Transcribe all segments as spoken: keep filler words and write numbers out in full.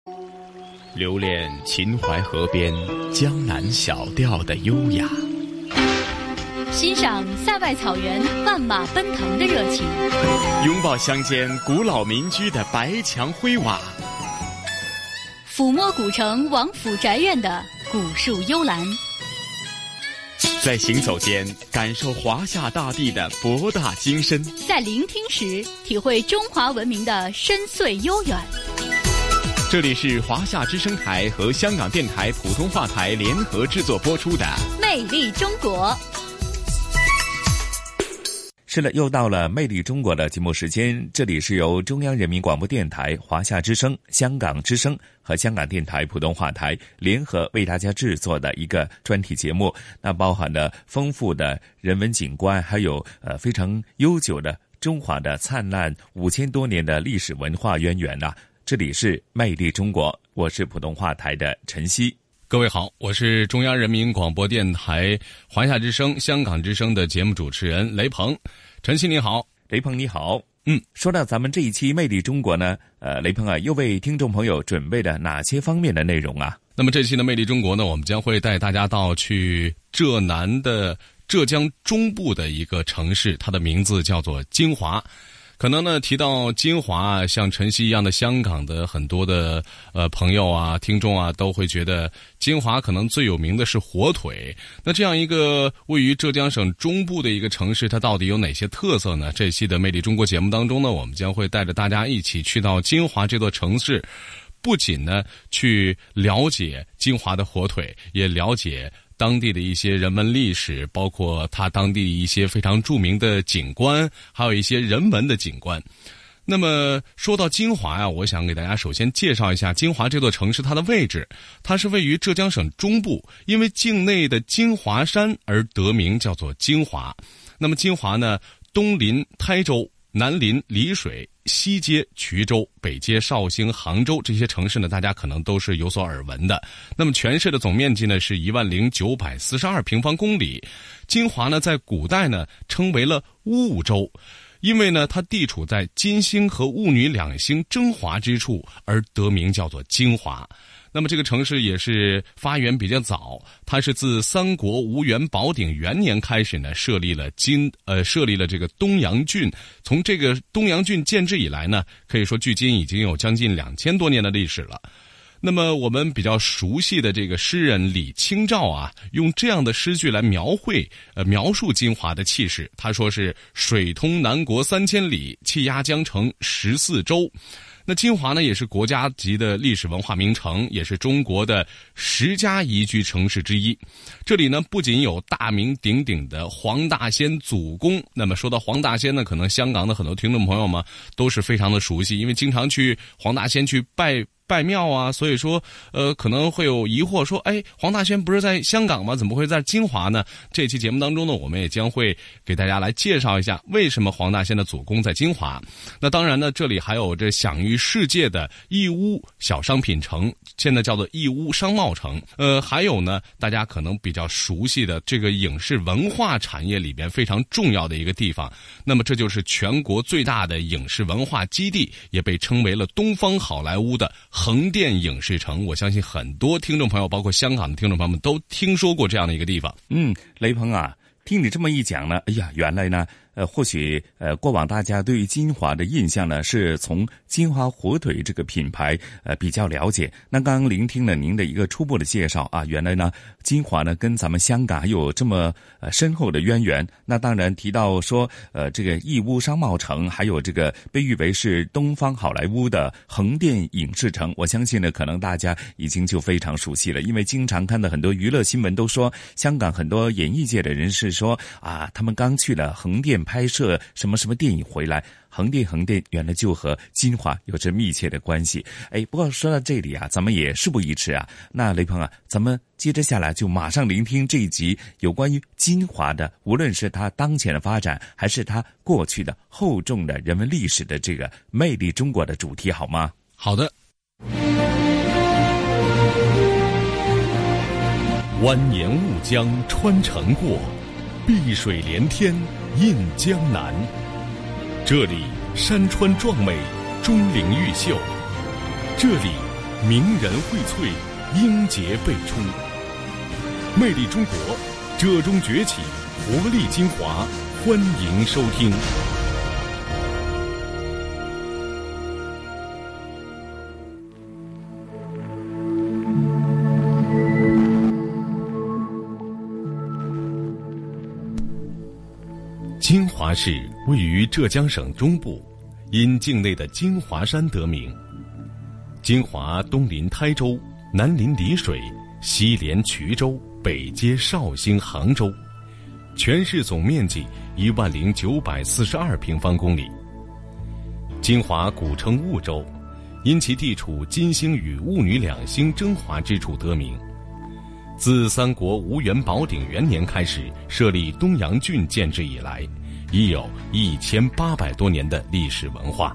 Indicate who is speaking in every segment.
Speaker 1: 留恋秦淮河边江南小调的优雅，
Speaker 2: 欣赏塞外草原万马奔腾的热情，
Speaker 1: 拥抱乡间古老民居的白墙灰瓦，
Speaker 2: 抚摸古城王府宅院的古树幽兰，
Speaker 1: 在行走间感受华夏大地的博大精深，
Speaker 2: 在聆听时体会中华文明的深邃悠远。
Speaker 1: 这里是华夏之声台和香港电台普通话台联合制作播出的《
Speaker 2: 魅力中国》。
Speaker 3: 是了，又到了魅力中国的节目时间，这里是由中央人民广播电台、华夏之声、香港之声和香港电台普通话台联合为大家制作的一个专题节目，那包含了丰富的人文景观，还有呃非常悠久的中华的灿烂五千多年的历史文化渊源呐、啊。这里是魅力中国，我是普通话台的陈曦。
Speaker 4: 各位好，我是中央人民广播电台华夏之声、香港之声的节目主持人雷鹏。陈曦你好。
Speaker 3: 雷鹏你好。
Speaker 4: 嗯，
Speaker 3: 说到咱们这一期魅力中国呢，呃，雷鹏啊，又为听众朋友准备了哪些方面的内容啊？
Speaker 4: 那么这期的魅力中国呢，我们将会带大家到去浙南的浙江中部的一个城市，它的名字叫做金华。可能呢，提到金华，像晨曦一样的香港的很多的呃朋友啊、听众啊，都会觉得金华可能最有名的是火腿。那这样一个位于浙江省中部的一个城市，它到底有哪些特色呢？这期的魅力中国节目当中呢，我们将会带着大家一起去到金华这座城市，不仅呢去了解金华的火腿，也了解当地的一些人文历史，包括它当地一些非常著名的景观，还有一些人文的景观。那么说到金华呀、啊，我想给大家首先介绍一下金华这座城市它的位置。它是位于浙江省中部，因为境内的金华山而得名，叫做金华。那么金华呢，东临台州，南临丽水，西接衢州，北接绍兴、杭州，这些城市呢，大家可能都是有所耳闻的。那么全市的总面积呢是一万零九百四十二平方公里。金华呢，在古代呢称为了婺州，因为呢它地处在金星和戊女两星争华之处，而得名叫做金华。那么这个城市也是发源比较早，它是自三国吴元宝鼎元年开始呢，设立了金呃设立了这个东阳郡。从这个东阳郡建制以来呢，可以说距今已经有将近两千多年的历史了。那么我们比较熟悉的这个诗人李清照啊，用这样的诗句来描绘呃描述金华的气势。他说是水通南国三千里，气压江城十四州。那金华呢，也是国家级的历史文化名城，也是中国的十佳宜居城市之一。这里呢，不仅有大名鼎鼎的黄大仙祖宫。那么说到黄大仙呢，可能香港的很多听众朋友们都是非常的熟悉，因为经常去黄大仙去拜拜庙啊，所以说呃可能会有疑惑说，哎，黄大仙不是在香港吗？怎么会在金华呢？这期节目当中呢，我们也将会给大家来介绍一下为什么黄大仙的祖宫在金华。那当然呢，这里还有这享誉世界的义乌小商品城，现在叫做义乌商贸城。呃还有呢，大家可能比较熟悉的这个影视文化产业里边非常重要的一个地方，那么这就是全国最大的影视文化基地，也被称为了东方好莱坞的横店影视城。我相信很多听众朋友，包括香港的听众朋友们都听说过这样的一个地方。
Speaker 3: 嗯，雷鹏啊，听你这么一讲呢，哎呀，原来呢呃，或许呃，过往大家对于金华的印象呢，是从金华火腿这个品牌呃比较了解。那刚刚聆听了您的一个初步的介绍啊，原来呢，金华呢跟咱们香港还有这么呃深厚的渊源。那当然提到说呃这个义乌商贸城，还有这个被誉为是东方好莱坞的横店影视城，我相信呢，可能大家已经就非常熟悉了，因为经常看到很多娱乐新闻都说，香港很多演艺界的人士说啊，他们刚去了横店拍摄什么什么电影回来，横店横店原来就和金华有着密切的关系。哎，不过说到这里啊，咱们也事不宜迟啊，那雷鹏啊，咱们接着下来就马上聆听这一集有关于金华的，无论是它当前的发展，还是它过去的厚重的人文历史的这个魅力中国的主题，好吗？
Speaker 4: 好的。
Speaker 5: 蜿蜒雾江穿城过，碧水连天映江南。这里山川壮美，钟灵毓秀；这里名人荟萃，英杰辈出，魅力中国，浙中崛起，活力精华，欢迎收听。金华市位于浙江省中部，因境内的金华山得名。金华东临台州，南临丽水，西连衢州，北接绍兴、杭州，全市总面积一万零九百四十二平方公里。金华古称婺州，因其地处金星与婺女两星争华之处得名。自三国吴元宝鼎元年开始设立东阳郡建制以来，已有一千八百多年的历史文化。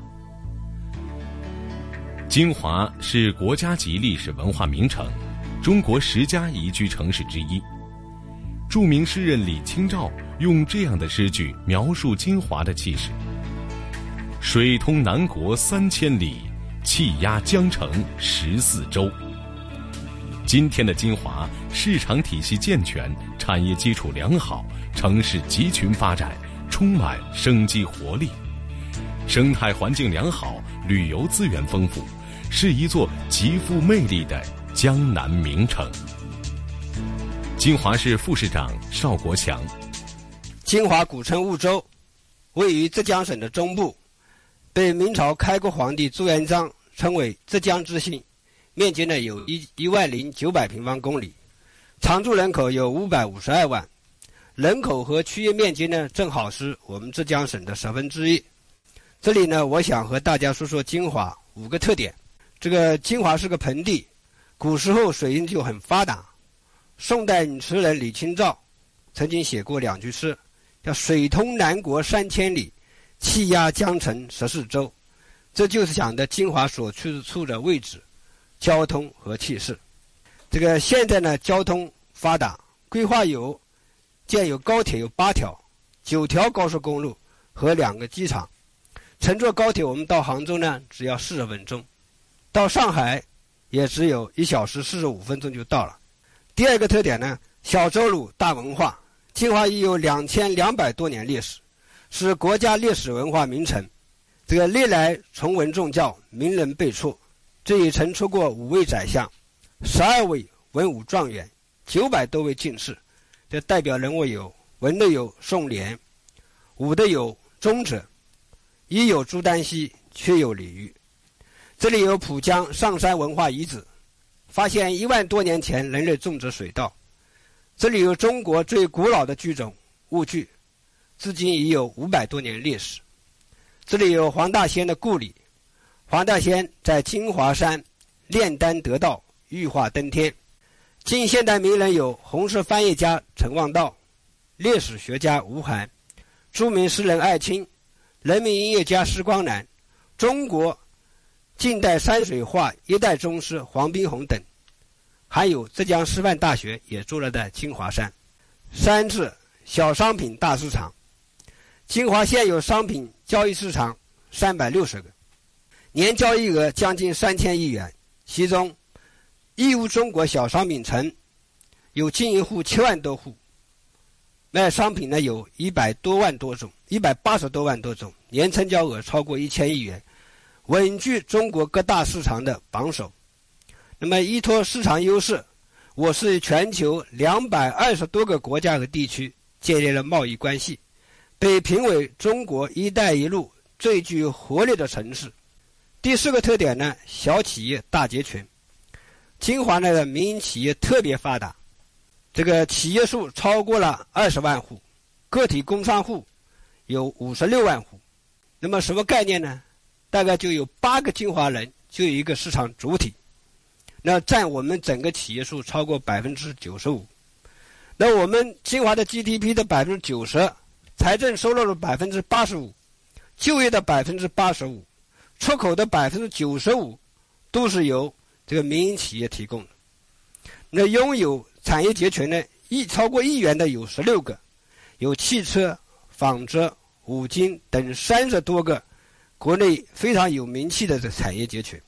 Speaker 5: 金华是国家级历史文化名城，中国十佳宜居城市之一。著名诗人李清照用这样的诗句描述金华的气势：水通南国三千里，气压江城十四州。今天的金华市场体系健全，产业基础良好，城市集群发展，充满生机活力，生态环境良好，旅游资源丰富，是一座极富魅力的江南名城。金华市副市长邵国强：
Speaker 6: 金华古称婺州，位于浙江省的中部，被明朝开国皇帝朱元璋称为浙江之星，面积呢有一一万零九百平方公里，常住人口有五百五十二万，人口和区域面积呢正好是我们浙江省的十分之一。这里呢，我想和大家说说金华五个特点。这个金华是个盆地，古时候水运就很发达。宋代女词人李清照曾经写过两句诗，叫水通南国三千里，气压江城十四州。这就是讲的金华所处处的位置、交通和气势。这个现在呢，交通发达，规划有建有高铁有八条，九条高速公路和两个机场。乘坐高铁我们到杭州呢只要四十分钟，到上海也只有一小时四十五分钟就到了。第二个特点呢，小周鲁大文化。金华已有两千两百多年历史，是国家历史文化名城。这个历来崇文重教，名人辈出，这里曾出过五位宰相，十二位文武状元，九百多位进士。这代表人物有文的有宋濂，武的有钟哲，一有朱丹溪，却有李煜。这里有浦江上山文化遗址，发现一万多年前人类种植水稻。这里有中国最古老的剧种婺剧，至今已有五百多年历史。这里有黄大仙的故里，黄大仙在金华山炼丹得道，玉化登天。近现代名人有红色翻译家陈望道，历史学家吴晗，著名诗人艾青，人民音乐家施光南，中国近代山水画一代宗师黄宾虹等，还有浙江师范大学也坐落在金华山。三是小商品大市场。金华现有商品交易市场三百六十个，年交易额将近三千亿元，其中义乌中国小商品城有经营户七万多户，卖商品呢有一百多万多种，一百八十多万多种，年成交额超过一千亿元，稳居中国各大市场的榜首。那么依托市场优势，我是全球两百二十多个国家和地区建立了贸易关系，被评为中国一带一路最具活力的城市。第四个特点呢，小企业大集群。金华呢的民营企业特别发达，这个企业数超过了二十万户，个体工商户有五十六万户。那么什么概念呢？大概就有八个金华人就有一个市场主体，那占我们整个企业数超过百分之九十五。那我们金华的 G D P 的百分之九十，财政收入的百分之八十五，就业的百分之八十五，出口的百分之九十五，都是由这个民营企业提供的。那拥有产业集群呢，一超过亿元的有十六个，有汽车、纺织、五金等三十多个国内非常有名气的这产业集群。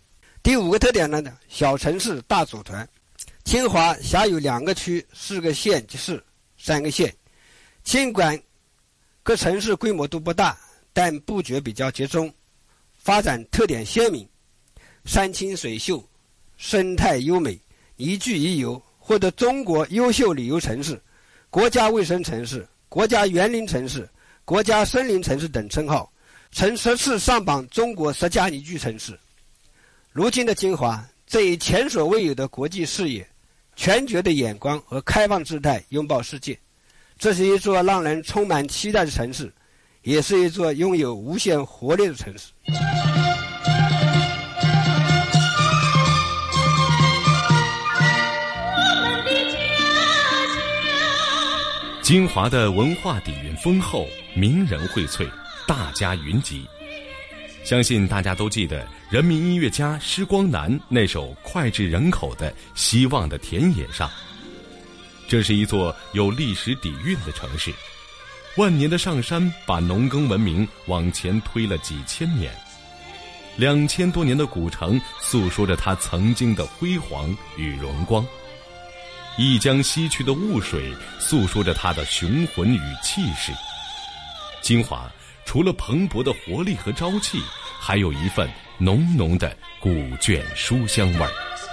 Speaker 6: 第五个特点呢，小城市大组团。金华辖有两个区、四个县级市、三个县。尽管各城市规模都不大，但布局比较集中，发展特点鲜明，山清水秀，生态优美，宜居宜游，获得中国优秀旅游城市、国家卫生城市、国家园林城市、国家森林城市等称号，曾十次上榜中国十佳宜居城市。如今的金华，这一前所未有的国际视野、全局的眼光和开放姿态拥抱世界，这是一座让人充满期待的城市，也是一座拥有无限活力的城市。
Speaker 5: 金华的文化底蕴丰厚，名人荟萃，大家云集。相信大家都记得人民音乐家施光南那首脍炙人口的《希望的田野上》。这是一座有历史底蕴的城市，万年的上山把农耕文明往前推了几千年，两千多年的古城诉说着它曾经的辉煌与荣光，一江西去的雾水诉说着它的雄浑与气势。金华除了蓬勃的活力和朝气，还有一份浓浓的古卷书香味儿。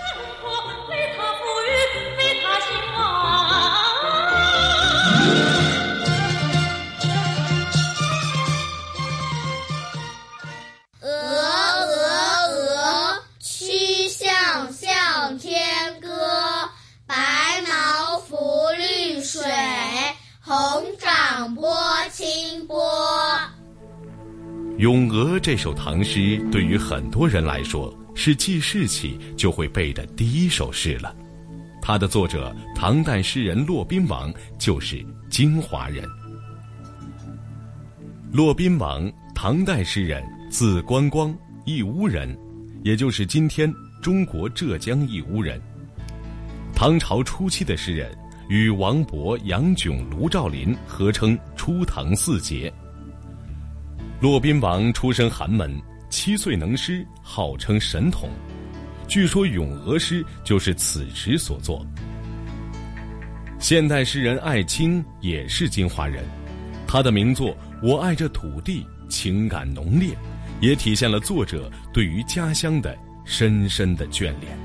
Speaker 7: 鹅鹅鹅，曲项向天歌，白毛浮绿水，红掌拨清波。
Speaker 5: 咏鹅这首唐诗对于很多人来说是记事起就会背的第一首诗了。它的作者唐代诗人骆宾王就是金华人。骆宾王，唐代诗人，字观光，义乌人，也就是今天中国浙江义乌人。唐朝初期的诗人，与王勃、杨炯、卢照邻合称初唐四杰。骆宾王出身寒门，七岁能诗，号称神童。据说咏鹅诗就是此时所作。现代诗人艾青也是金华人，他的名作《我爱这土地》情感浓烈，也体现了作者对于家乡的深深的眷恋。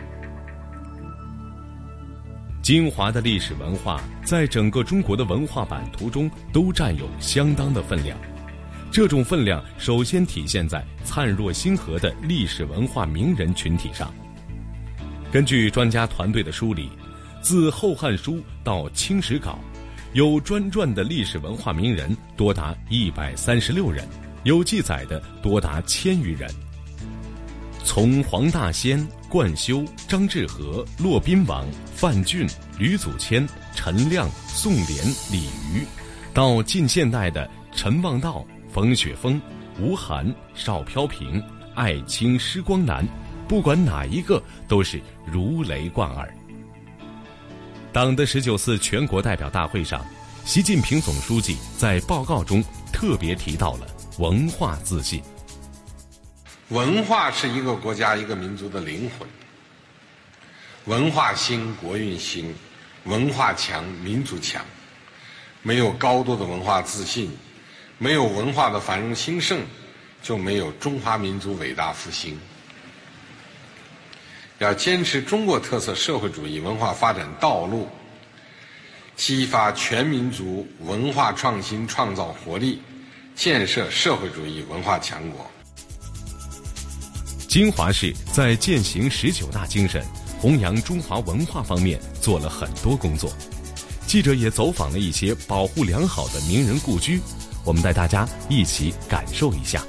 Speaker 5: 金华的历史文化在整个中国的文化版图中都占有相当的分量。这种分量首先体现在灿若星河的历史文化名人群体上。根据专家团队的梳理，自《后汉书》到《清史稿》，有专传的历史文化名人多达一百三十六人，有记载的多达千余人。从黄大仙、冠休、张志和、骆宾王、范俊、吕祖谦、陈亮、宋濂、李渔，到近现代的陈望道、冯雪峰、吴晗、邵飘萍、艾青、施光南，不管哪一个都是如雷贯耳。党的十九次全国代表大会上，习近平总书记在报告中特别提到了文化自信。
Speaker 8: 文化是一个国家一个民族的灵魂，文化兴国运兴，文化强民族强。没有高度的文化自信，没有文化的繁荣兴盛，就没有中华民族伟大复兴。要坚持中国特色社会主义文化发展道路，激发全民族文化创新创造活力，建设社会主义文化强国。
Speaker 5: 金华市在践行十九大精神、弘扬中华文化方面做了很多工作。记者也走访了一些保护良好的名人故居，我们带大家一起感受一下。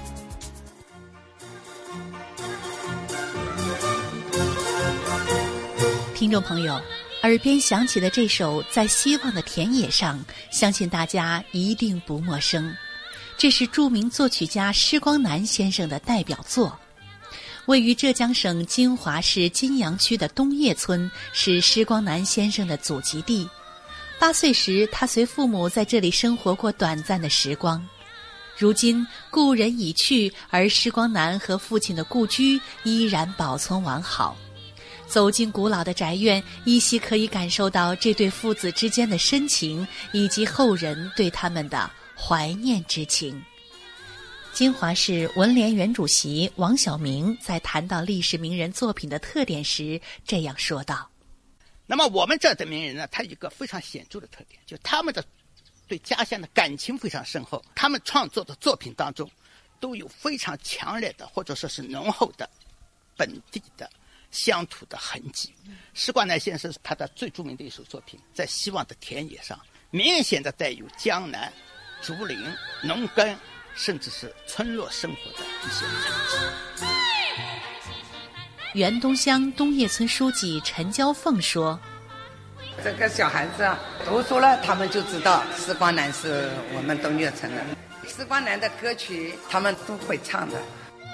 Speaker 2: 听众朋友，耳边响起的这首《在希望的田野上》，相信大家一定不陌生。这是著名作曲家施光南先生的代表作。位于浙江省金华市金阳区的东叶村是施光南先生的祖籍地。八岁时，他随父母在这里生活过短暂的时光。 如今故人已去，而施光南和父亲的故居依然保存完好。走进古老的宅院，依稀可以感受到这对父子之间的深情，以及后人对他们的怀念之情。金华市文联原主席王晓明在谈到历史名人作品的特点时这样说道：
Speaker 9: 那么我们这的名人呢，他有一个非常显著的特点，就他们的对家乡的感情非常深厚，他们创作的作品当中都有非常强烈的或者说是浓厚的本地的乡土的痕迹。施光南先生他的最著名的一首作品在希望的田野上，明显的带有江南竹林农耕甚至是村落生活的一些痕迹。
Speaker 2: 原东乡东叶村书记陈娇凤说：
Speaker 10: 这个小孩子啊，读书了，他们就知道施光南是我们东岳村的。施光南的歌曲他们都会唱的。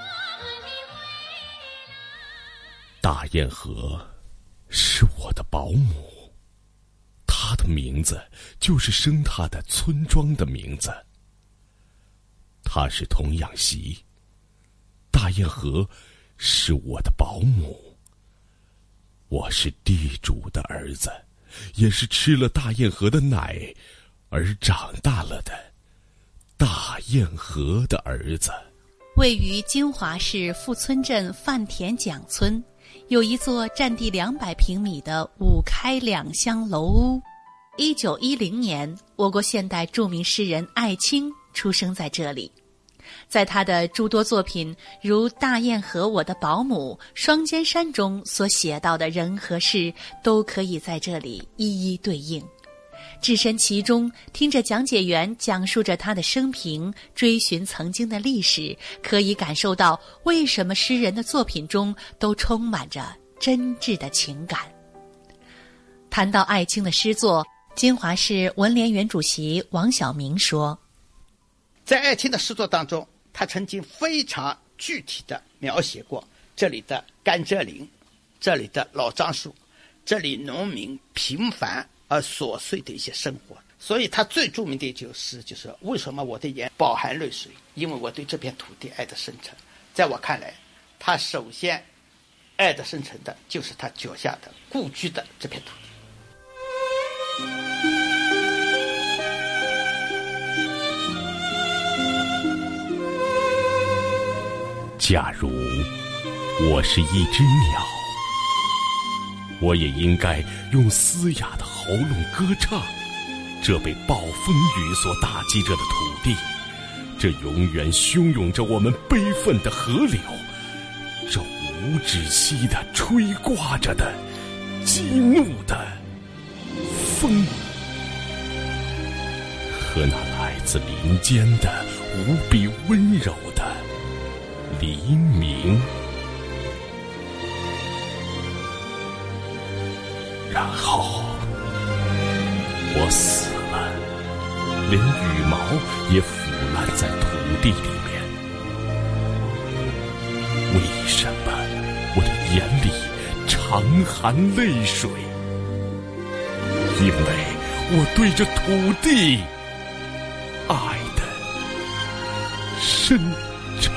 Speaker 5: 大堰河是我的保姆，她的名字就是生她的村庄的名字。她是童养媳，大堰河是我的保姆。我是地主的儿子，也是吃了大堰河的奶而长大了的大堰河的儿子。
Speaker 2: 位于金华市富村镇范田蒋村，有一座占地两百平米的五开两厢楼屋。一九一零年，我国现代著名诗人艾青出生在这里。在他的诸多作品如《大堰河我的保姆》《双尖山》中所写到的人和事，都可以在这里一一对应。置身其中，听着讲解员讲述着他的生平，追寻曾经的历史，可以感受到为什么诗人的作品中都充满着真挚的情感。谈到艾青的诗作，金华市文联原主席王晓明说：
Speaker 9: 在艾青的诗作当中，他曾经非常具体地描写过这里的甘蔗林，这里的老樟树，这里农民平凡而琐碎的一些生活。所以他最著名的一首诗就是为什么我的眼饱含泪水，因为我对这片土地爱得深沉。在我看来，他首先爱得深沉的就是他脚下的故居的这片土地。
Speaker 5: 假如我是一只鸟，我也应该用嘶哑的喉咙歌唱这被暴风雨所打击着的土地，这永远汹涌着我们悲愤的河流，这无止息地吹刮着的激怒的风，和那来自林间的无比温柔的黎明。然后我死了，连羽毛也腐烂在土地里面。为什么我的眼里常含泪水？因为我对着土地爱的深沉。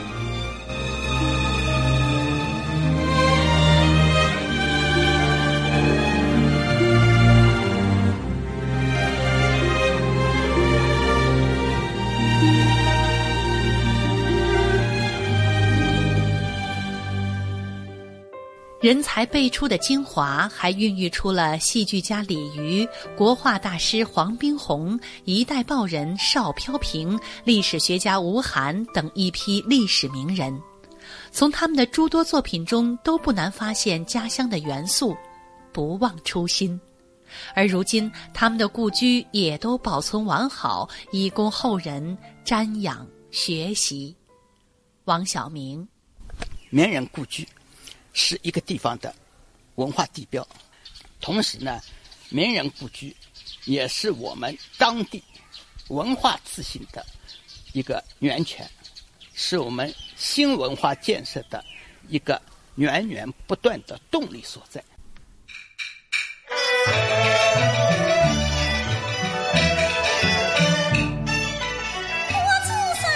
Speaker 2: 人才辈出的金华还孕育出了戏剧家李渔、国画大师黄宾虹、一代报人邵飘萍、历史学家吴晗等一批历史名人。从他们的诸多作品中都不难发现家乡的元素，不忘初心。而如今他们的故居也都保存完好，以供后人瞻仰学习。王晓明，
Speaker 9: 名人故居是一个地方的文化地标，同时呢，名人故居也是我们当地文化自信的一个源泉，是我们新文化建设的一个源源不断的动力所在。
Speaker 7: 我出生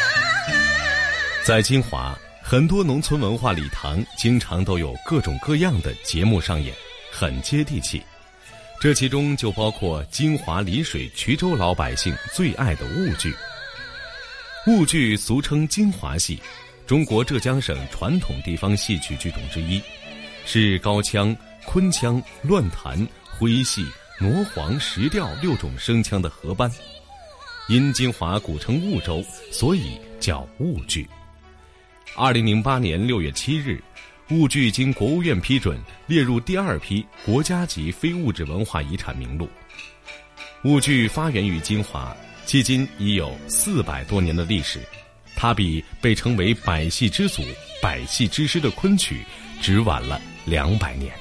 Speaker 5: 在金华，很多农村文化礼堂经常都有各种各样的节目上演，很接地气。这其中就包括金华丽水衢州老百姓最爱的婺剧。婺剧俗称金华戏，中国浙江省传统地方戏曲剧种之一，是高腔、昆腔、乱弹、徽戏、傩簧、石调六种声腔的合班。因金华古称婺州，所以叫婺剧。二零零八年六月七日，婺剧经国务院批准列入第二批国家级非物质文化遗产名录。婺剧发源于金华，迄今已有四百多年的历史，它比被称为百戏之祖、百戏之师的昆曲只晚了两百年。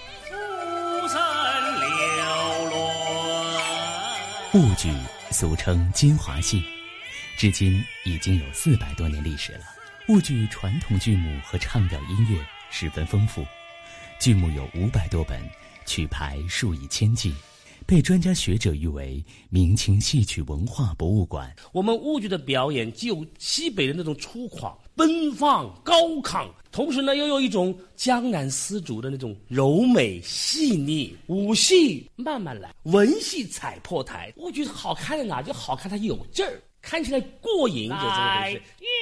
Speaker 11: 婺剧俗称金华戏，至今已经有四百多年历史了。婺剧传统剧目和唱调音乐十分丰富，剧目有五百多本，曲牌数以千计，被专家学者誉为明清戏曲文化博物馆。
Speaker 12: 我们婺剧的表演既有西北的那种粗犷、奔放、高亢，同时呢又有一种江南丝竹的那种柔美细腻。武戏慢慢来，文戏踩破台。婺剧好看在哪？就好看它有劲儿，看起来过瘾，就这么回事。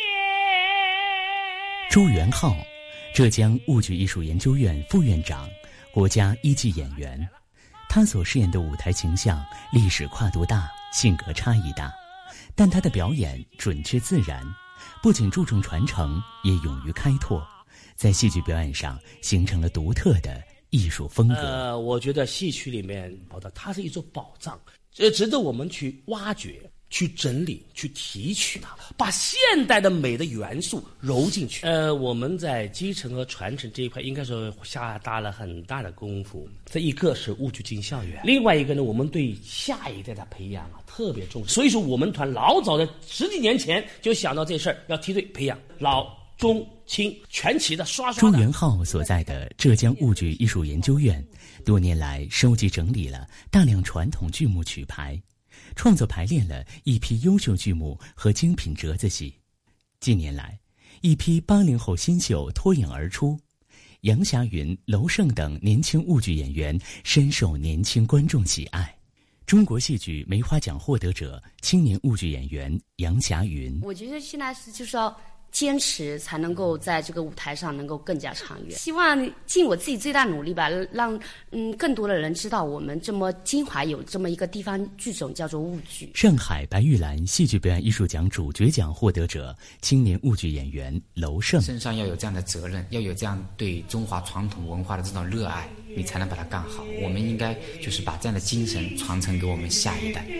Speaker 11: 朱元浩，浙江婺剧艺术研究院副院长，国家一级演员。他所饰演的舞台形象历史跨度大，性格差异大，但他的表演准确自然，不仅注重传承，也勇于开拓，在戏剧表演上形成了独特的艺术风格。
Speaker 12: 呃，我觉得戏曲里面它是一座宝藏，这值得我们去挖掘、去整理、去提取它，把现代的美的元素揉进去。呃，我们在继承和传承这一块，应该说下大了很大的功夫。这一个是婺剧进校园，另外一个呢，我们对下一代的培养啊特别重视。所以说，我们团老早的十几年前就想到这事儿，要梯队培养老中青全齐的刷刷的。
Speaker 11: 朱元浩所在的浙江婺剧艺术研究院，多年来收集整理了大量传统剧目曲牌，创作排练了一批优秀剧目和精品折子戏。近年来，一批八零后新秀脱颖而出，杨霞云、娄胜等年轻婺剧演员深受年轻观众喜爱。中国戏剧梅花奖获得者、青年婺剧演员杨霞云，
Speaker 13: 我觉得现在是就是要坚持，才能够在这个舞台上能够更加长远。希望尽我自己最大努力吧，让嗯更多的人知道我们这么金华有这么一个地方剧种叫做婺剧。
Speaker 11: 上海白玉兰戏剧表演艺术奖主角奖获得者、青年婺剧演员娄胜，
Speaker 14: 身上要有这样的责任，要有这样对中华传统文化的这种热爱，你才能把它干好。我们应该就是把这样的精神传承给我们下一代。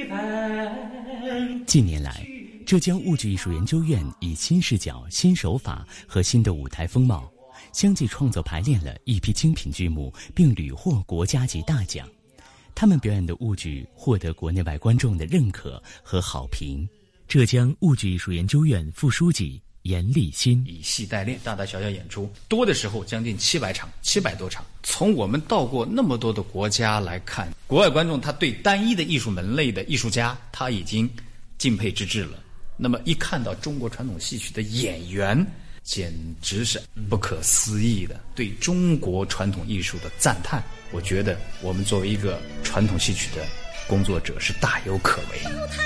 Speaker 11: 近年来，浙江婺剧艺术研究院以新视角、新手法和新的舞台风貌，相继创作排练了一批精品剧目，并屡获国家级大奖。他们表演的婺剧获得国内外观众的认可和好评。浙江婺剧艺术研究院副书记严立新，
Speaker 15: 以戏代练，大大小小演出，多的时候将近七百场，七百多场。从我们到过那么多的国家来看，国外观众他对单一的艺术门类的艺术家他已经敬佩之至了。那么一看到中国传统戏曲的演员，简直是不可思议的对中国传统艺术的赞叹。我觉得我们作为一个传统戏曲的工作者是大有可为。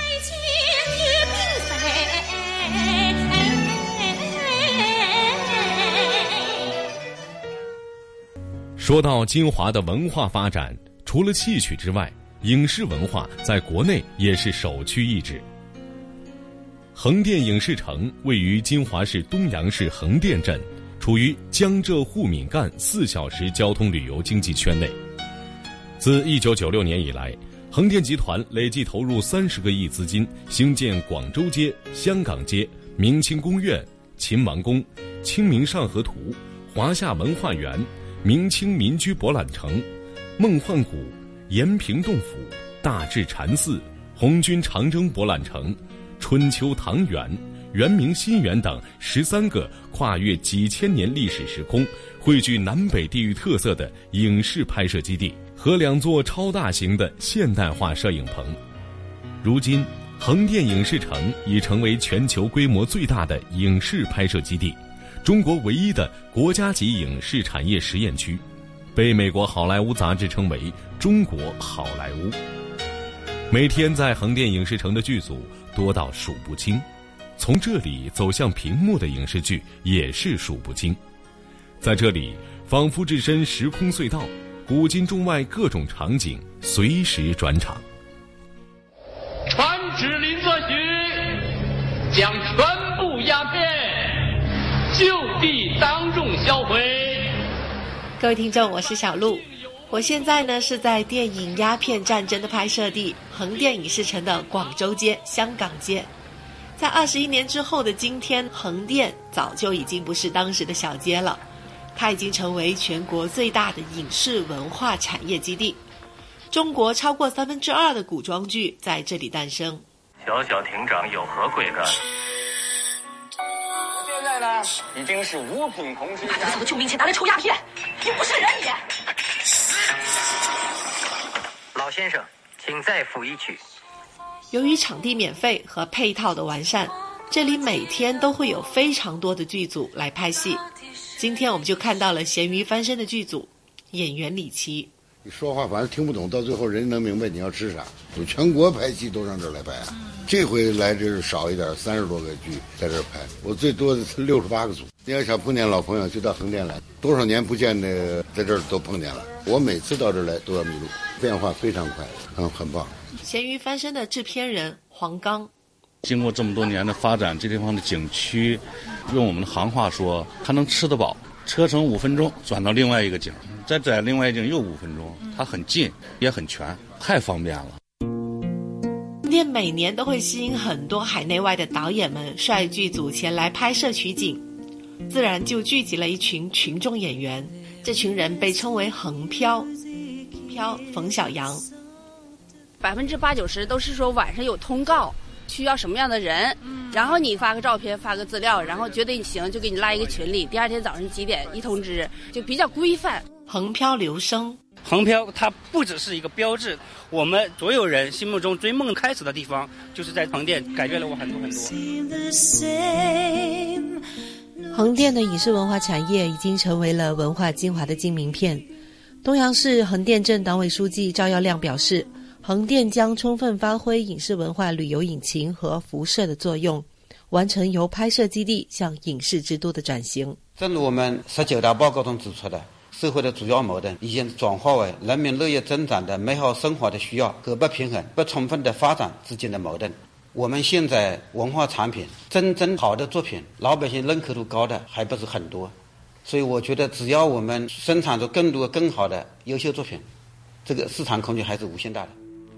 Speaker 5: 说到金华的文化发展，除了戏曲之外，影视文化在国内也是首屈一指。横店影视城位于金华市东阳市横店镇，处于江浙沪闽赣四小时交通旅游经济圈内。自一九九六年以来，横店集团累计投入三十个亿资金，兴建广州街、香港街、明清宫苑、秦王宫、清明上河图、华夏文化园、明清民居博览城、梦幻谷、延平洞府、大智禅寺、红军长征博览城、春秋唐园、元明新园等十三个跨越几千年历史时空、汇聚南北地域特色的影视拍摄基地和两座超大型的现代化摄影棚。如今， 横店影视城已成为全球规模最大的影视拍摄基地，中国唯一的国家级影视产业实验区，被美国好莱坞杂志称为中国好莱坞。每天在横店影视城的剧组多到数不清，从这里走向屏幕的影视剧也是数不清。在这里仿佛置身时空隧道，古今中外各种场景随时转场。
Speaker 16: 传旨林则徐将全部鸦片就地当众销毁。
Speaker 17: 各位听众，我是小璐，我现在呢是在电影《鸦片战争》的拍摄地横店影视城的广州街、香港街。在二十一年之后的今天，横店早就已经不是当时的小街了，它已经成为全国最大的影视文化产业基地。中国超过三分之二的古装剧在这里诞生。
Speaker 18: 小小亭长有何贵干？
Speaker 19: 现在呢，已经是五品同知。
Speaker 20: 拿着救命钱拿来抽鸦片，你不是人也！
Speaker 18: 老先生，请再付一曲。
Speaker 17: 由于场地免费和配套的完善，这里每天都会有非常多的剧组来拍戏。今天我们就看到了咸鱼翻身的剧组，演员李琦。
Speaker 21: 你说话反正听不懂，到最后人能明白你要吃啥。就全国拍戏都上这儿来拍啊，这回来这是少一点，三十多个剧在这儿拍，我最多的是六十八个组。你要想碰见老朋友，就到横店来，多少年不见的在这儿都碰见了。我每次到这儿来都要迷路，变化非常快，很很棒。
Speaker 17: 咸鱼翻身的制片人黄刚，
Speaker 22: 经过这么多年的发展，这地方的景区，用我们的行话说，它能吃得饱。车程五分钟转到另外一个景，再在另外一个景又五分钟，它很近也很全，太方便了。
Speaker 17: 店每年都会吸引很多海内外的导演们率剧组前来拍摄取景，自然就聚集了一群群众演员。这群人被称为横漂，漂冯小阳。
Speaker 23: 百分之八九十都是说晚上有通告，需要什么样的人，然后你发个照片发个资料，然后觉得你行就给你拉一个群里，第二天早上几点一通知，就比较规范。
Speaker 17: 横漂刘生，
Speaker 24: 横漂它不只是一个标志，我们所有人心目中追梦开始的地方就是在横店，改变了我很多很
Speaker 17: 多。横店的影视文化产业已经成为了文化精华的金名片。东阳市横店镇党委书记赵耀亮表示，横店将充分发挥影视文化旅游引擎和辐射的作用，完成由拍摄基地向影视之都的转型。
Speaker 25: 正如我们十九大报告中指出的，社会的主要矛盾已经转化为人民乐业增长的美好生活的需要和不平衡、不充分的发展之间的矛盾。我们现在文化产品真正好的作品，老百姓认可度高的还不是很多，所以我觉得只要我们生产出更多更好的优秀作品，这个市场空间还是无限大的。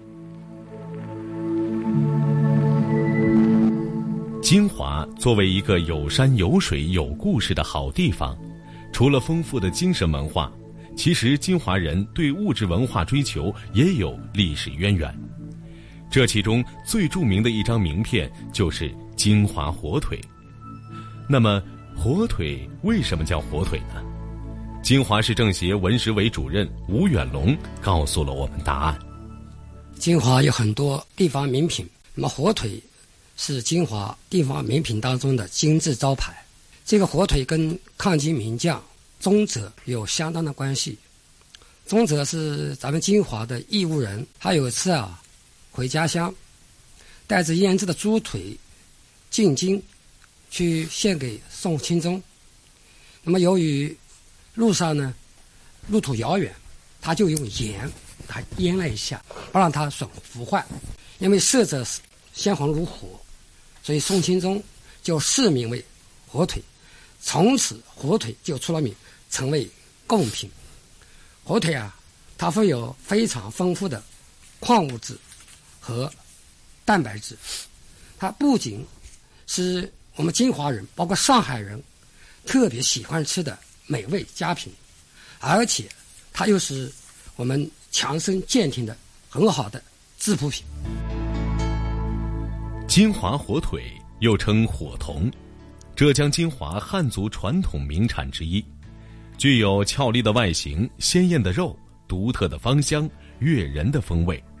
Speaker 5: 金华作为一个有山有水有故事的好地方，除了丰富的精神文化，其实金华人对物质文化追求也有历史渊源。这其中最著名的一张名片就是金华火腿。那么火腿为什么叫火腿呢？金华市政协文史委主任吴远龙告诉了我们答案。
Speaker 26: 金华有很多地方名品，那么火腿是金华地方名品当中的金字招牌。这个火腿跟抗金名将宗泽有相当的关系。宗泽是咱们金华的义乌人，他有一次啊回家乡，带着腌制的猪腿进京去献给宋钦宗。那么由于路上呢路途遥远，他就用盐他腌了一下，不让它损腐坏，因为色泽鲜红如火，所以宋钦宗就赐名为火腿，从此火腿就出了名，成为贡品。火腿啊，它富有非常丰富的矿物质和蛋白质，它不仅是我们金华人包括上海人特别喜欢吃的美味佳品，而且它又是我们强身健体的很好的质补品。
Speaker 5: 金华火腿又称火筒，浙江金华汉族传统名产之一，具有俏丽的外形、鲜艳的肉、独特的芳香、悦人的风味，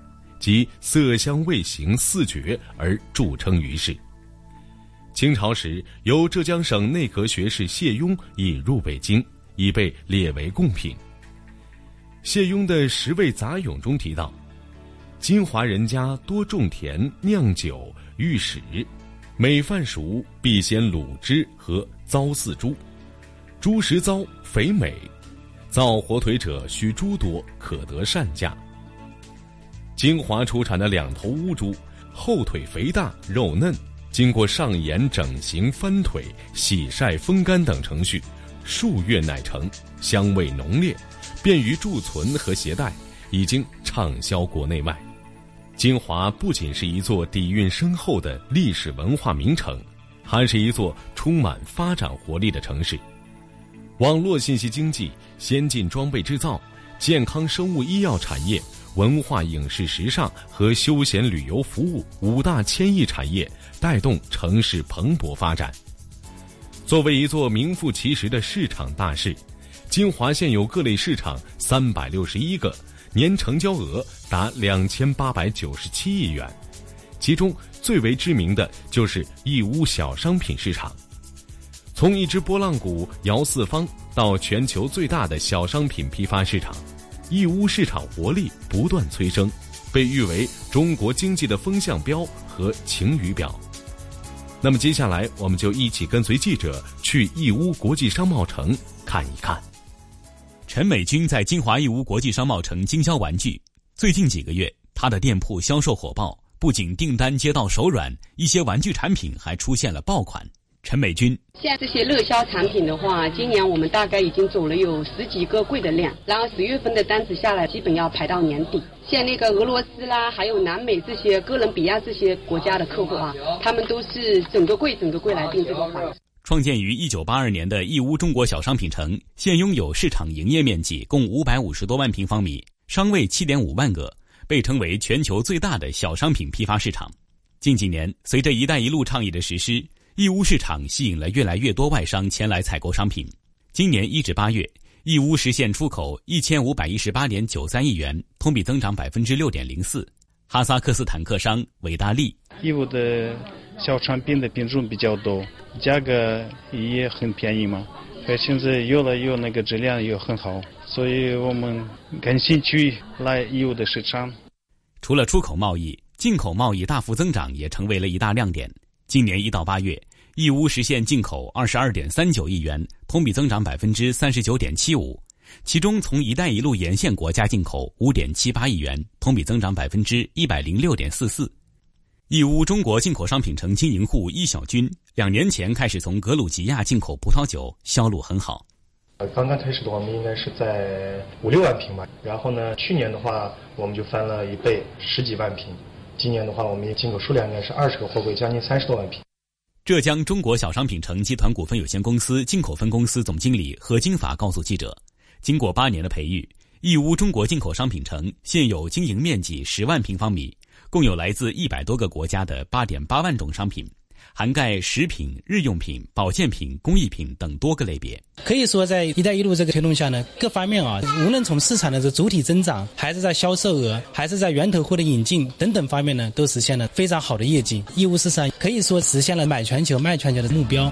Speaker 5: 及色香味形四绝而著称于世。清朝时，由浙江省内阁学士谢雍引入北京，已被列为贡品。谢雍的《十味杂咏》中提到，金华人家多种田酿酒御史，每饭熟必先卤汁和糟饲猪，猪食糟肥美，造火腿者需猪多，可得善价。金华出产的两头乌猪，后腿肥大肉嫩，经过上颜整形翻腿洗晒风干等程序，数月乃成，香味浓烈，便于贮存和携带，已经畅销国内外。金华不仅是一座底蕴深厚的历史文化名城，还是一座充满发展活力的城市。网络信息经济、先进装备制造、健康生物医药产业、文化影视时尚和休闲旅游服务五大千亿产业带动城市蓬勃发展。作为一座名副其实的市场大市，金华现有各类市场三百六十一个，年成交额达两千八百九十七亿元，其中最为知名的就是义乌小商品市场。从一只拨浪鼓摇四方到全球最大的小商品批发市场，义乌市场活力不断催生，被誉为中国经济的风向标和晴雨表。那么接下来我们就一起跟随记者去义乌国际商贸城看一看。
Speaker 1: 陈美军在金华义乌国际商贸城经销玩具，最近几个月他的店铺销售火爆，不仅订单接到手软，一些玩具产品还出现了爆款。陈美军，
Speaker 3: 现在这些热销产品的话，今年我们大概已经走了有十几个柜的量，然后十月份的单子下来，基本要排到年底。像那个俄罗斯啦，还有南美这些哥伦比亚这些国家的客户啊，他们都是整个柜整个柜来订这个款。
Speaker 1: 创建于一九八二年的义乌中国小商品城，现拥有市场营业面积共五百五十多万平方米，商位七点五万个，被称为全球最大的小商品批发市场。近几年，随着“一带一路”倡议的实施，义乌市场吸引了越来越多外商前来采购商品。今年一至八月，义乌实现出口一千五百一十八点九三亿元，同比增长百分之六点零四。哈萨克斯坦克商伟大利，
Speaker 4: 义乌的小产品的品种比较多，价格也很便宜嘛，而现在有了有那个质量又很好，所以我们感兴趣来义乌的市场。
Speaker 1: 除了出口贸易，进口贸易大幅增长也成为了一大亮点。今年一到八月，义乌实现进口二十二点三九亿元，同比增长百分之三十九点七五。其中，从“一带一路”沿线国家进口五点七八亿元，同比增长百分之一百零六点四四。义乌中国进口商品城经营户易小军，两年前开始从格鲁吉亚进口葡萄酒，销路很好。
Speaker 6: 刚刚开始的话，我们应该是在五六万瓶吧。然后呢，去年的话，我们就翻了一倍，十几万瓶。今年的话，我们进口数量应该是二十个货柜，将近三十多万瓶。
Speaker 1: 浙江中国小商品城集团股份有限公司进口分公司总经理何金法告诉记者，经过八年的培育，义乌中国进口商品城现有经营面积十万平方米，共有来自一百多个国家的八点八万种商品，涵盖食品、日用品、保健品、工艺品等多个类别。
Speaker 8: 可以说，在“一带一路”这个推动下呢，各方面啊，无论从市场的这主体增长，还是在销售额，还是在源头货的引进等等方面呢，都实现了非常好的业绩。义乌市场可以说实现了买全球、卖全球的目标。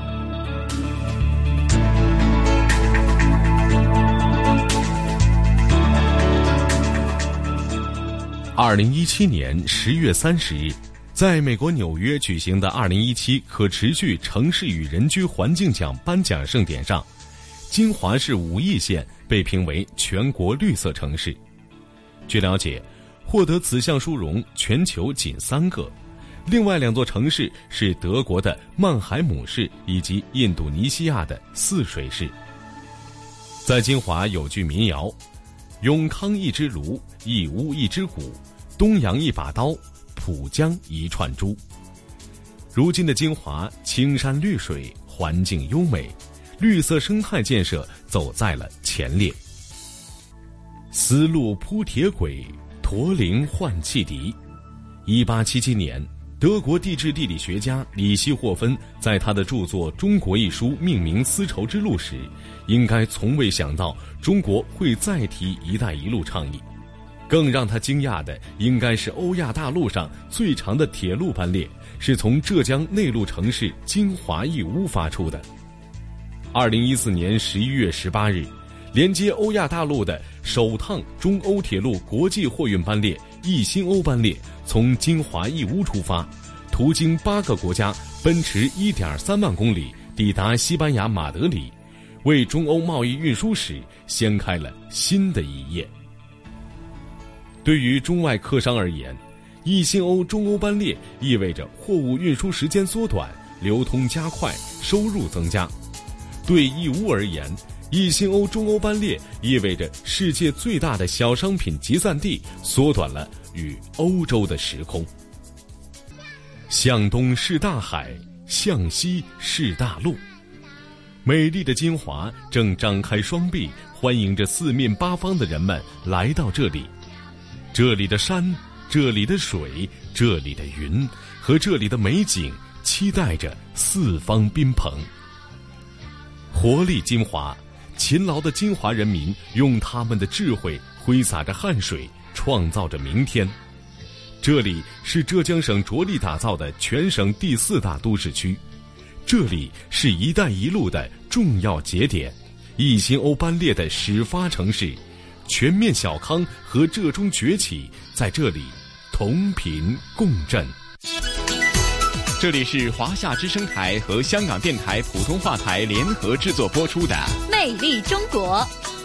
Speaker 5: 二零一七年十月三十日。在美国纽约举行的二零一七可持续城市与人居环境奖颁奖盛典上，金华市武义县被评为全国绿色城市。据了解，获得此项殊荣全球仅三个，另外两座城市是德国的曼海姆市以及印度尼西亚的泗水市。在金华有句民谣：永康一只炉，义乌一只鼓，东洋一把刀，浦江一串珠。如今的金华青山绿水，环境优美，绿色生态建设走在了前列。丝路铺铁轨，驼铃换汽笛。一八七七年，德国地质地理学家里希霍芬在他的著作《中国》一书命名丝绸之路时，应该从未想到中国会再提“一带一路”倡议。 更让他惊讶的应该是欧亚大陆上最长的铁路班列是从浙江内陆城市金华义乌发出的。二零一四年十一月十八日，连接欧亚大陆的首趟中欧铁路国际货运班列义新欧班列从金华义乌出发，途经八个国家，奔驰 一点三万公里，抵达西班牙马德里，为中欧贸易运输史掀开了新的一页。对于中外客商而言，义新欧中欧班列意味着货物运输时间缩短，流通加快，收入增加。对义乌而言，义新欧中欧班列意味着世界最大的小商品集散地缩短了与欧洲的时空。向东是大海，向西是大陆。美丽的金华正张开双臂，欢迎着四面八方的人们来到这里。这里的山，这里的水，这里的云和这里的美景，期待着四方宾朋。活力金华，勤劳的金华人民用他们的智慧挥洒着汗水，创造着明天。这里是浙江省着力打造的全省第四大都市区，这里是一带一路的重要节点，义新欧班列的始发城市，全面小康和浙中崛起在这里同频共振。
Speaker 1: 这里是华夏之声台和香港电台普通话台联合制作播出的《
Speaker 2: 魅力中国》。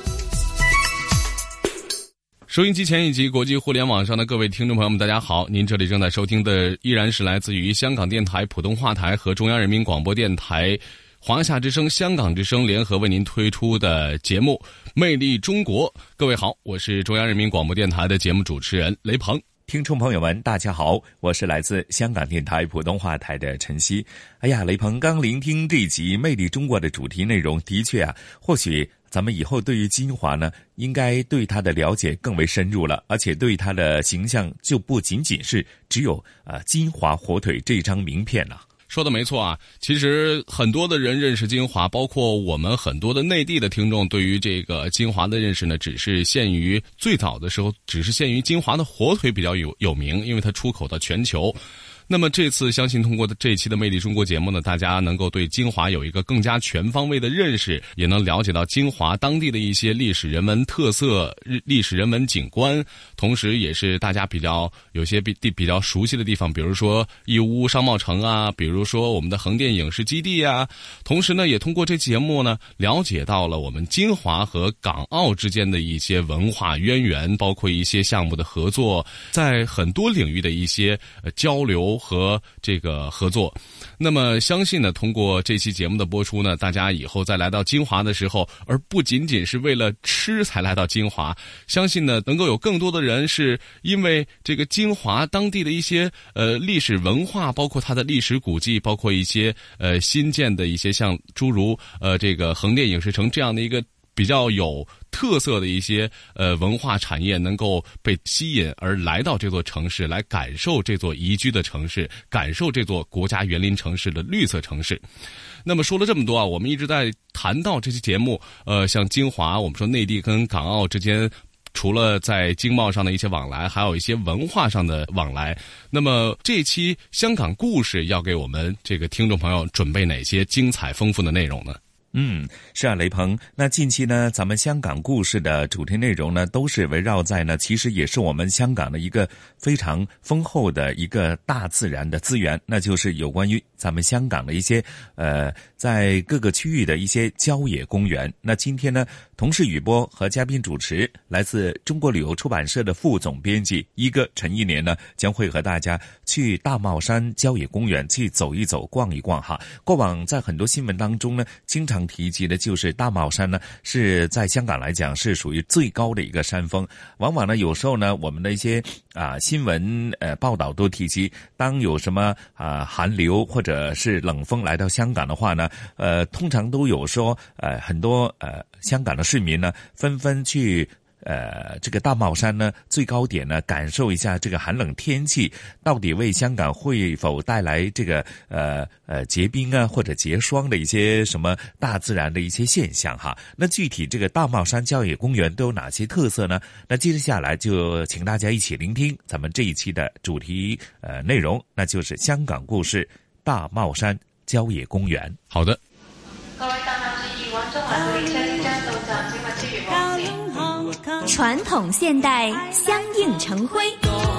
Speaker 1: 收音机前以及国际互联网上的各位听众朋友们，大家好！您这里正在收听的依然是来自于香港电台普通话台和中央人民广播电台华夏之声、香港之声联合为您推出的节目《魅力中国》。各位好，我是中央人民广播电台的节目主持人雷鹏。
Speaker 7: 听众朋友们大家好，我是来自香港电台普通话台的陈曦。哎呀，雷鹏刚聆听这一集《魅力中国》的主题内容，的确啊，或许咱们以后对于金华呢，应该对它的了解更为深入了，而且对它的形象就不仅仅是只有呃金华火腿这张名片了。
Speaker 1: 说的没错啊，其实很多的人认识金华，包括我们很多的内地的听众，对于这个金华的认识呢，只是限于最早的时候，只是限于金华的火腿比较有有名，因为它出口到全球。那么这次相信通过这一期的魅力中国节目呢，大家能够对金华有一个更加全方位的认识，也能了解到金华当地的一些历史人文特色、历史人文景观，同时也是大家比较有些比比较熟悉的地方，比如说义乌商贸城啊，比如说我们的横店影视基地啊。同时呢，也通过这期节目呢，了解到了我们金华和港澳之间的一些文化渊源，包括一些项目的合作，在很多领域的一些呃交流和这个合作。那么相信呢，通过这期节目的播出呢，大家以后再来到金华的时候，而不仅仅是为了吃才来到金华，相信呢能够有更多的人是因为这个金华当地的一些呃历史文化，包括它的历史古迹，包括一些呃新建的一些像诸如呃这个横店影视城这样的一个比较有特色的一些呃文化产业能够被吸引而来到这座城市，来感受这座宜居的城市，感受这座国家园林城市的绿色城市。那么说了这么多啊，我们一直在谈到这期节目，呃，像金华，我们说内地跟港澳之间，除了在经贸上的一些往来，还有一些文化上的往来。那么这期香港故事要给我们这个听众朋友准备哪些精彩丰富的内容呢？
Speaker 7: 嗯，是啊，雷鹏。那近期呢，咱们香港故事的主题内容呢，都是围绕在呢，其实也是我们香港的一个非常丰厚的一个大自然的资源，那就是有关于咱们香港的一些呃，在各个区域的一些郊野公园。那今天呢，同事雨波和嘉宾主持，来自中国旅游出版社的副总编辑一哥陈一年呢，将会和大家去大帽山郊野公园去走一走、逛一逛哈。过往在很多新闻当中呢，经常提及的就是大帽山呢，是在香港来讲是属于最高的一个山峰。往往呢，有时候呢，我们的一些啊新闻呃报道都提及，当有什么啊寒流或者是冷风来到香港的话呢，呃，通常都有说呃很多呃香港的市民呢，纷纷去呃这个大帽山呢最高点呢，感受一下这个寒冷天气到底为香港会否带来这个呃呃结冰啊或者结霜的一些什么大自然的一些现象哈。那具体这个大帽山郊野公园都有哪些特色呢？那接着下来就请大家一起聆听咱们这一期的主题呃内容，那就是香港故事大帽山郊野公園。
Speaker 5: 好的。
Speaker 2: 傳統現代相映成輝，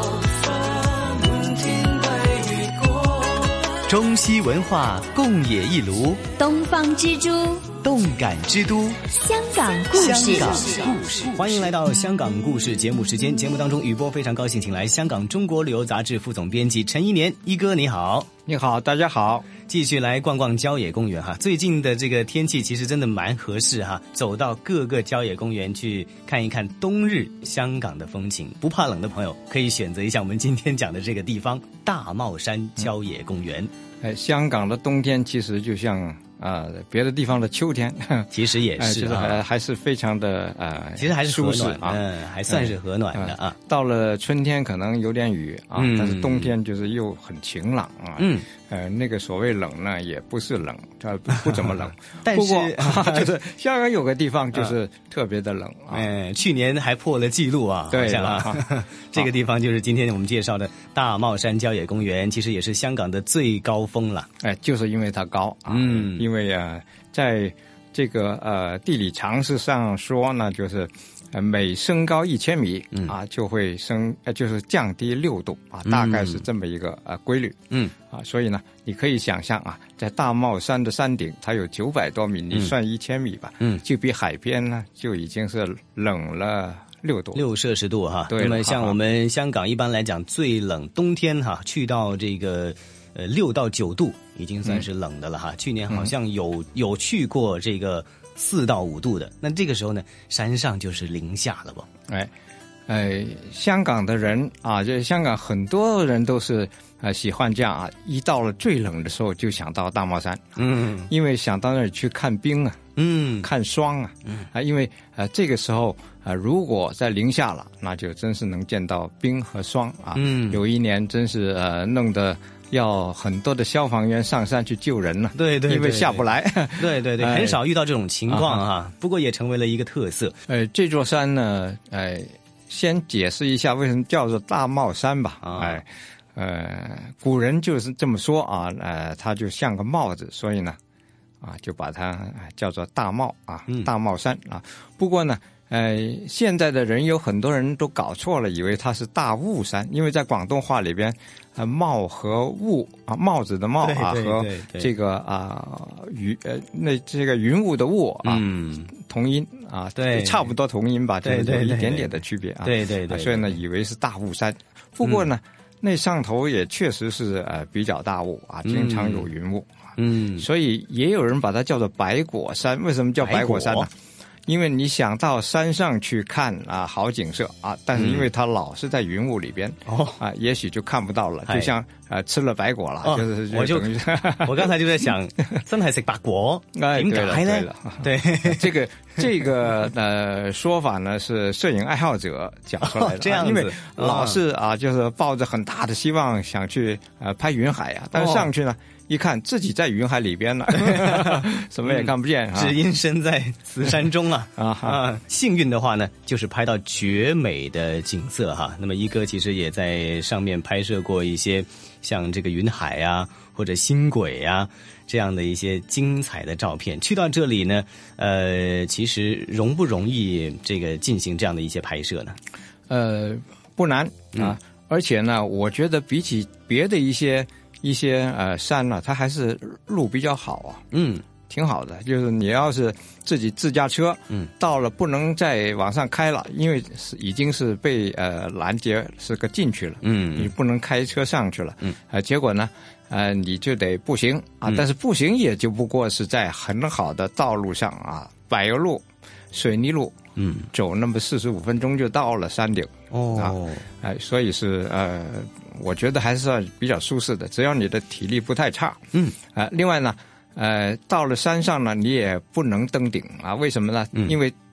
Speaker 9: 中西文化共冶一爐，
Speaker 2: 東方之珠，
Speaker 9: 動感之都，
Speaker 2: 香港故事。
Speaker 9: 香港故事，歡迎來到香港故事節目時間。節目當中，雨波非常高興請來香港中國旅遊雜誌副總編輯陳一年，一哥你好。
Speaker 10: 你好，大家好。
Speaker 9: 繼續來逛逛郊野公園哈，最近的這個天氣其實真的蠻合適哈，走到各個郊野公園去看一看冬日香港的風情。不怕冷的朋友可以選擇一下我們今天講的這個地方——大帽山郊野公園。
Speaker 10: 哎，香港的冬天其實就像啊、呃、別的地方的秋天，
Speaker 9: 其實也是、呃、就是
Speaker 10: 還還是非常的呃，
Speaker 9: 其實還是和暖
Speaker 10: 啊，
Speaker 9: 嗯，還算是和暖的啊。
Speaker 10: 到了春天可能有點雨啊，嗯、但是冬天就是又很晴朗啊。嗯。呃，那個所謂冷呢，也不是冷，它不不怎麼冷。
Speaker 9: 但是，
Speaker 10: 不過就是香港有個地方就是特別的冷啊。
Speaker 9: 嗯，去年還破了紀錄啊。
Speaker 10: 對
Speaker 9: 啊，啊這個地方就是今天我們介紹的大帽山郊野公園，其實也是香港的最高峰了。
Speaker 10: 哎，就是因為它高啊。嗯，因為啊，在這個呃地理常識上說呢，就是呃每升高一千米啊，就會升呃就是降低六度啊，大概是這麼一個呃規律。嗯啊，所以呢，你可以想象啊，在大帽山的山頂，它有九百多米，你算一千米吧，嗯，就比海邊呢就已經是冷了六度，
Speaker 9: 六攝氏度哈。
Speaker 10: 對，
Speaker 9: 那麼像我們香港一般來講，最冷冬天哈，去到這個呃六到九度，已經算是冷的了哈。嗯、去年好像有有去過這個四到五度的，那這個時候呢，山上就是零下了吧？
Speaker 10: 哎，哎，香港的人啊，這香港很多人都是呃喜歡這樣啊，一到了最冷的時候就想到大帽山，嗯，因為想到那裡去看冰啊，嗯，看霜啊，嗯啊，因為呃這個時候啊、呃，如果在零下了，那就真是能見到冰和霜啊，嗯，有一年真是呃弄得要很多的消防員上山去救人了，
Speaker 9: 對對，
Speaker 10: 因為下不來，
Speaker 9: 對對對，很少遇到這種情況啊，不過也成為了一個特色。
Speaker 10: 呃，這座山呢，哎，先解釋一下為什麼叫做大帽山吧，哎，呃，古人就是這麼說啊，呃，它就像個帽子，所以呢，啊，就把它叫做大帽啊，大帽山啊。不過呢，呃，現在的人有很多人都搞錯了，以為它是大霧山，因為在廣東話裏邊，呃，帽和霧啊，帽子的帽啊，和這個啊雲呃那這個雲霧的霧啊，嗯，同音啊，對，差不多同音吧，對對，有一點點的區別啊，
Speaker 9: 對對對，
Speaker 10: 所以呢，以為是大霧山。不過呢，那上頭也確實是呃比較大霧啊，經常有雲霧，嗯，所以也有人把它叫做白果山。為什麼叫白果山呢？因為你想到山上去看啊好景色啊，但是因為它老是在雲霧裏邊，哦、嗯、啊，也許就看不到了，就像啊吃了白果了，哦、就是就
Speaker 9: 我就我剛才就在想，真係食白果，
Speaker 10: 哎，
Speaker 9: 點解呢？對，
Speaker 10: 這個這個呃說法呢是攝影愛好者講出來的，
Speaker 9: 哦、這樣子，
Speaker 10: 因為老是啊就是抱着很大的希望想去呃拍雲海啊，但是上去呢。哦一看自己在雲海裏邊了，什麼也看不見，
Speaker 9: 嗯、只因身在此山中啊！啊啊，幸運的話呢，就是拍到絕美的景色哈。那麼一哥其實也在上面拍攝過一些像這個雲海啊，或者星軌啊這樣的一些精彩的照片。去到這裡呢，呃，其實容不容易這個進行這樣的一些拍攝呢？
Speaker 10: 呃，不難啊，嗯、而且呢，我覺得比起別的一些。一些呃山呢、啊，它還是路比較好啊，嗯，挺好的。就是你要是自己自駕車，嗯，到了不能再往上開了，因為是已經是被呃攔截是個禁區了，嗯，你不能開車上去了，嗯，啊、呃，結果呢，呃，你就得步行啊，嗯、但是步行也就不過是在很好的道路上啊，柏油路、水泥路，嗯，走那麼四十五分鐘就到了山頂，哦，哎、呃，所以是呃。我覺得還是算比較舒適的，只要你的體力不太差。嗯，啊、呃，另外呢，呃，到了山上呢，你也不能登頂啊。為什麼呢？嗯、因為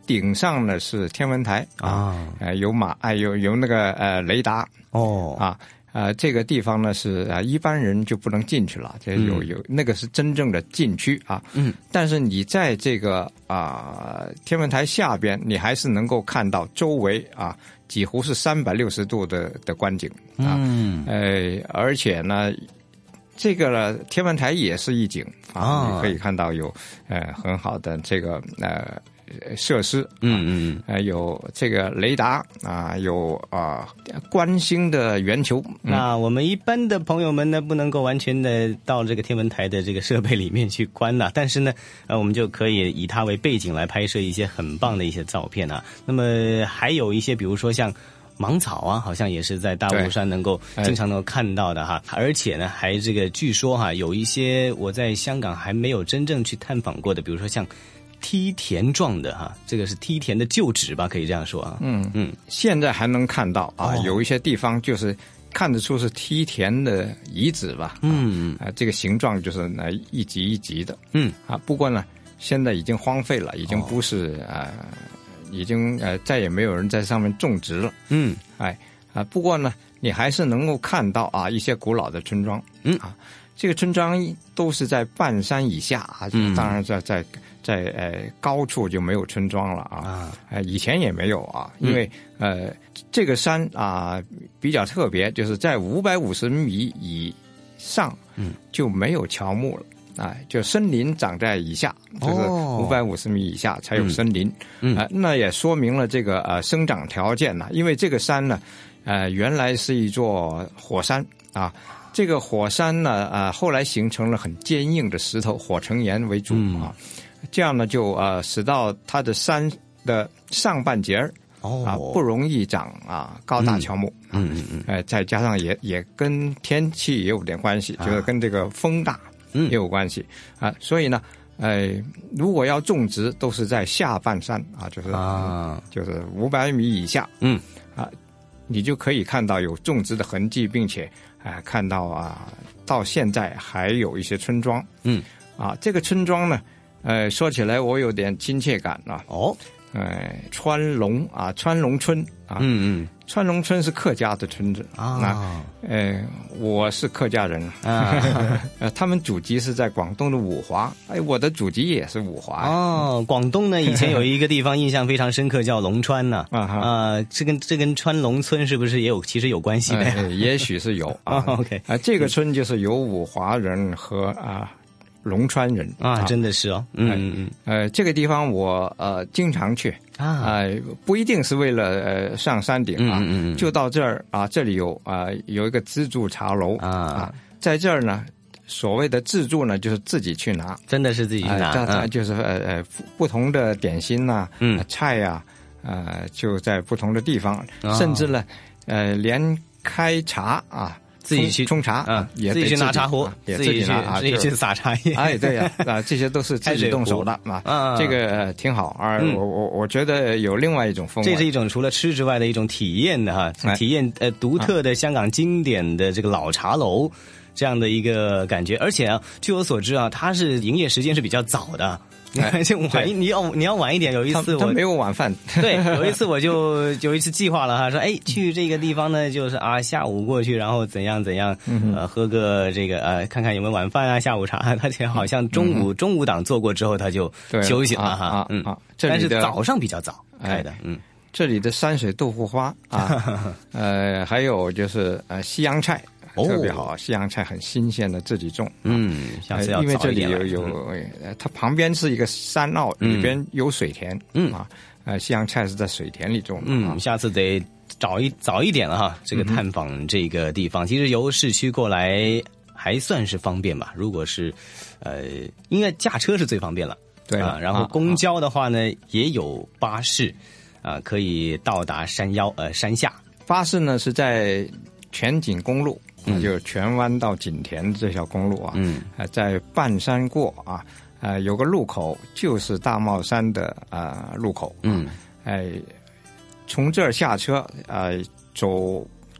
Speaker 10: 顶上呢是天文台啊，呃有马哎有有那个呃雷达
Speaker 9: 哦
Speaker 10: 啊。呃，这个地方呢是啊，一般人就不能进去了，这有有那个是真正的禁区啊。
Speaker 9: 嗯，但
Speaker 10: 是你在这个啊、呃、天文台下边，你还是能够看到周围啊几乎是三百六十度的的观景啊。
Speaker 9: 嗯，
Speaker 10: 呃，而且呢，这个呢天文台也是一景啊，
Speaker 9: 啊
Speaker 10: 你可以看到有呃很好的这个呃。设施，
Speaker 9: 嗯嗯，
Speaker 10: 呃，有这个雷达啊，有啊、呃、观星的圆球。
Speaker 9: 嗯、那我们一般的朋友们呢，不能够完全的到这个天文台的这个设备里面去观呐，但是呢，呃，我们就可以以它为背景来拍摄一些很棒的一些照片啊。那么还有一些，比如说像芒草啊，好像也是在大雾山能够经常能够看到的哈，而且呢，还这个据说哈，有一些我在香港还没有真正去探访过的，比如说像梯田状的哈，这个是梯田的旧址吧，可以这样说啊。
Speaker 10: 嗯嗯，现在还能看到啊，哦、有一些地方就是看得出是梯田的遗址吧。
Speaker 9: 嗯
Speaker 10: 啊，这个形状就是那一级一级的。
Speaker 9: 嗯
Speaker 10: 啊，不过呢，现在已经荒废了，已经不是啊、哦呃，已经呃再也没有人在上面种植了。
Speaker 9: 嗯，
Speaker 10: 哎啊，不过呢，你还是能够看到啊一些古老的村庄。
Speaker 9: 嗯
Speaker 10: 啊。这个村庄都是在半山以下啊，
Speaker 9: 嗯、
Speaker 10: 当然在在在呃高处就没有村庄了啊，
Speaker 9: 啊
Speaker 10: 呃以前也没有啊，因为、嗯、呃这个山啊比较特别，就是在五百五十米以上，
Speaker 9: 嗯
Speaker 10: 就没有乔木了。啊，就森林长在以下，就是五百五十米以下才有森林。
Speaker 9: 嗯，
Speaker 10: 啊，那也说明了这个呃生长条件呢，因为这个山呢，呃原来是一座火山啊。这个火山呢，呃，后来形成了很坚硬的石头，火成岩为主啊，嗯、这样呢，就呃，使到它的山的上半截儿
Speaker 9: 哦
Speaker 10: 啊不容易长啊高大乔木，
Speaker 9: 嗯嗯嗯，
Speaker 10: 呃，再加上也也跟天气也有点关系，就是跟这个风大也有关系啊，所以呢，呃，如果要种植，都是在下半山啊，就是
Speaker 9: 啊，
Speaker 10: 就是五百米以下，
Speaker 9: 嗯
Speaker 10: 啊，你就可以看到有种植的痕迹，并且。啊，看到啊，到现在还有一些村庄，
Speaker 9: 嗯，
Speaker 10: 啊，这个村庄呢，呃，说起来我有点亲切感啊，
Speaker 9: 哦，
Speaker 10: 呃，川龙啊，川龙村啊，
Speaker 9: 嗯嗯，
Speaker 10: 川龙村是客家的村子
Speaker 9: 啊，
Speaker 10: 呃，我是客家人
Speaker 9: 啊，
Speaker 10: 呃，他们祖籍是在广东的五华，哎，我的祖籍也是五华
Speaker 9: 哦，广东呢以前有一个地方印象非常深刻，叫龙川呢，
Speaker 10: 啊
Speaker 9: 啊，这跟这跟川龙村是不是也有其实有关系的？
Speaker 10: 呃、也许是有啊
Speaker 9: ，OK
Speaker 10: 啊，这个村就是有五华人和啊。龙川人
Speaker 9: 啊，真的是哦，嗯嗯嗯，
Speaker 10: 呃，这个地方我呃经常去
Speaker 9: 啊，
Speaker 10: 呃，不一定是为了呃上山顶啊，
Speaker 9: 嗯嗯嗯，
Speaker 10: 就到这儿啊，这里有啊、呃、有一个自助茶楼
Speaker 9: 啊,
Speaker 10: 啊，在这儿呢，所谓的自助呢，就是自己去拿，
Speaker 9: 真的是自己去拿，
Speaker 10: 呃、嗯、就是呃呃不同的点心呐、
Speaker 9: 嗯、
Speaker 10: 呃、菜呀、啊，呃就在不同的地方，
Speaker 9: 哦、
Speaker 10: 甚至呢，呃连开茶啊。
Speaker 9: 自己去
Speaker 10: 冲茶
Speaker 9: 啊，
Speaker 10: 也
Speaker 9: 自己去拿茶壶，
Speaker 10: 也自己拿啊，
Speaker 9: 自己去撒茶叶。
Speaker 10: 哎，对呀，啊，这些都是自己动手的啊，这个挺好啊。我我我觉得有另外一种风味，
Speaker 9: 这是一种除了吃之外的一种体验的哈，体验呃独特的香港经典的这个老茶楼这样的一个感觉。而且啊，据我所知啊，它是营业时间是比较早的。就晚一你要你要晚一点，有一次我
Speaker 10: 没有晚饭，
Speaker 9: 对，有一次我就有一次计划了哈，说哎去这个地方呢，就是啊下午过去，然后怎样怎样，呃喝个这个呃看看有没有晚饭啊下午茶，他好像中午、嗯、中午档做过之后他就休息了哈，
Speaker 10: 啊
Speaker 9: 嗯
Speaker 10: 啊，
Speaker 9: 但是早上比较早开的，嗯，
Speaker 10: 这里的山水豆腐花啊，呃还有就是呃西洋菜。特别好，西洋菜很新鲜的，自己种。
Speaker 9: 嗯，下次要
Speaker 10: 因为这里有有，它旁边是一个山坳，里边有水田。
Speaker 9: 嗯
Speaker 10: 啊，呃，西洋菜是在水田里种的。
Speaker 9: 嗯，下次得找一早一点了哈，这个探访这个地方，其实由市区过来还算是方便吧。如果是，呃，应该驾车是最方便了。
Speaker 10: 对
Speaker 9: 啊，然后公交的话呢，也有巴士，啊，可以到达山腰呃山下。
Speaker 10: 巴士呢是在全景公路。嗯，就荃湾到锦田这条公路啊，
Speaker 9: 嗯，
Speaker 10: 呃，在半山过啊，呃，有个路口就是大帽山的呃路口，
Speaker 9: 嗯，
Speaker 10: 哎、呃，从这儿下车，呃，走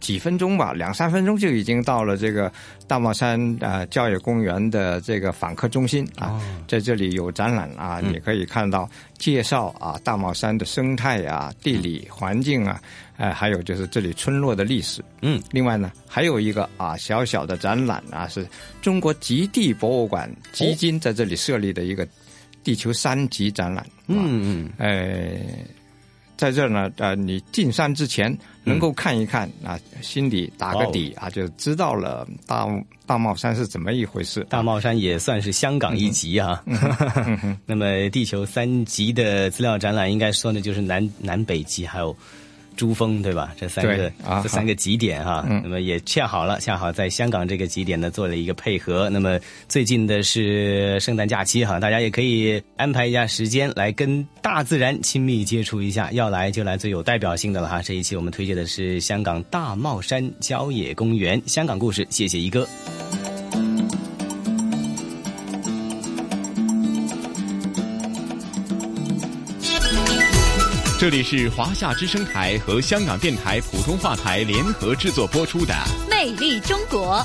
Speaker 10: 几分钟吧，两三分钟就已经到了这个大帽山啊、呃、郊野公园的这个访客中心啊，哦、在这里有展览啊，嗯、你可以看到介绍啊大帽山的生态啊、地理环境啊，呃，还有就是这里村落的历史。嗯，另外呢，还有一个啊小小的展览啊，是中国极地博物馆基金在这里设立的一个地球三级展览。嗯嗯，呃。在这儿呢，呃，你进山之前能够看一看、嗯、啊，心里打个底、哦、啊，就知道了大大帽山是怎么一回事。
Speaker 9: 大帽山也算是香港一级啊。嗯嗯、那么地球三级的资料展览，应该说呢就是南南北极还有珠峰，对吧？这三个、啊、这三个极点哈、嗯，那么也恰好了，恰好在香港这个极点呢做了一个配合。那么最近的是圣诞假期哈，大家也可以安排一下时间来跟大自然亲密接触一下。要来就来最有代表性的了哈。这一期我们推荐的是香港大帽山郊野公园，香港故事，谢谢一哥。
Speaker 1: 这里是华夏之声台和香港电台普通话台联合制作播出的《
Speaker 2: 魅力中国》。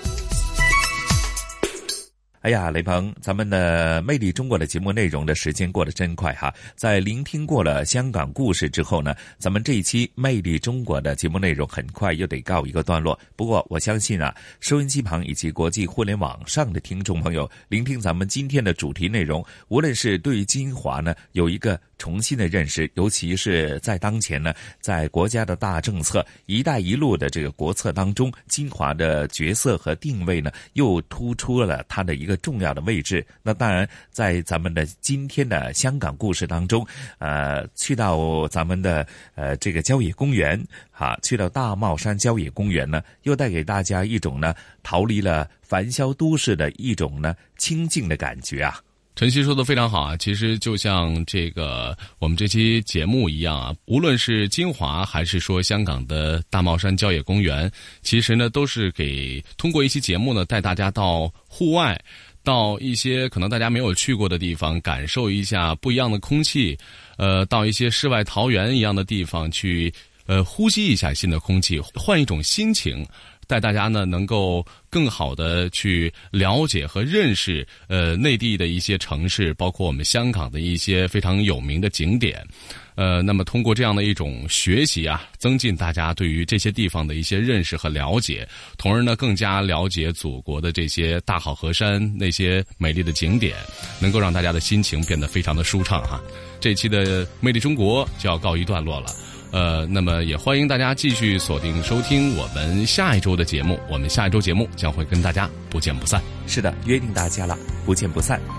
Speaker 7: 哎呀，雷鹏，咱们的魅力中国的节目内容的时间过得真快哈！在聆听过了香港故事之后呢，咱们这一期魅力中国的节目内容很快又得告一个段落。不过我相信啊，收音机旁以及国际互联网上的听众朋友，聆听咱们今天的主题内容，无论是对于金华呢有一个重新的认识，尤其是在当前呢，在国家的大政策“一带一路”的这个国策当中，金华的角色和定位呢，又突出了它的一个重要的位置。那当然，在咱们的今天的香港故事当中，呃，去到咱们的呃这个郊野公园，哈，去到大帽山郊野公园呢，又带给大家一种呢逃离了繁嚣都市的一种呢清静的感觉啊。
Speaker 11: 晨曦说的非常好啊，其实就像这个我们这期节目一样啊，无论是金华还是说香港的大帽山郊野公园，其实呢都是给通过一期节目呢带大家到户外，到一些可能大家没有去过的地方，感受一下不一样的空气，呃，到一些世外桃源一样的地方去呃呼吸一下新的空气，换一种心情，带大家呢能够更好的去了解和认识呃内地的一些城市，包括我们香港的一些非常有名的景点。呃，那么通过这样的一种学习啊，增进大家对于这些地方的一些认识和了解，从而呢更加了解祖国的这些大好河山，那些美丽的景点，能够让大家的心情变得非常的舒畅哈。这期的魅力中国就要告一段落了。呃，那么也欢迎大家继续锁定收听我们下一周的节目，我们下一周节目将会跟大家不见不散。
Speaker 7: 是的，约定大家了，不见不散。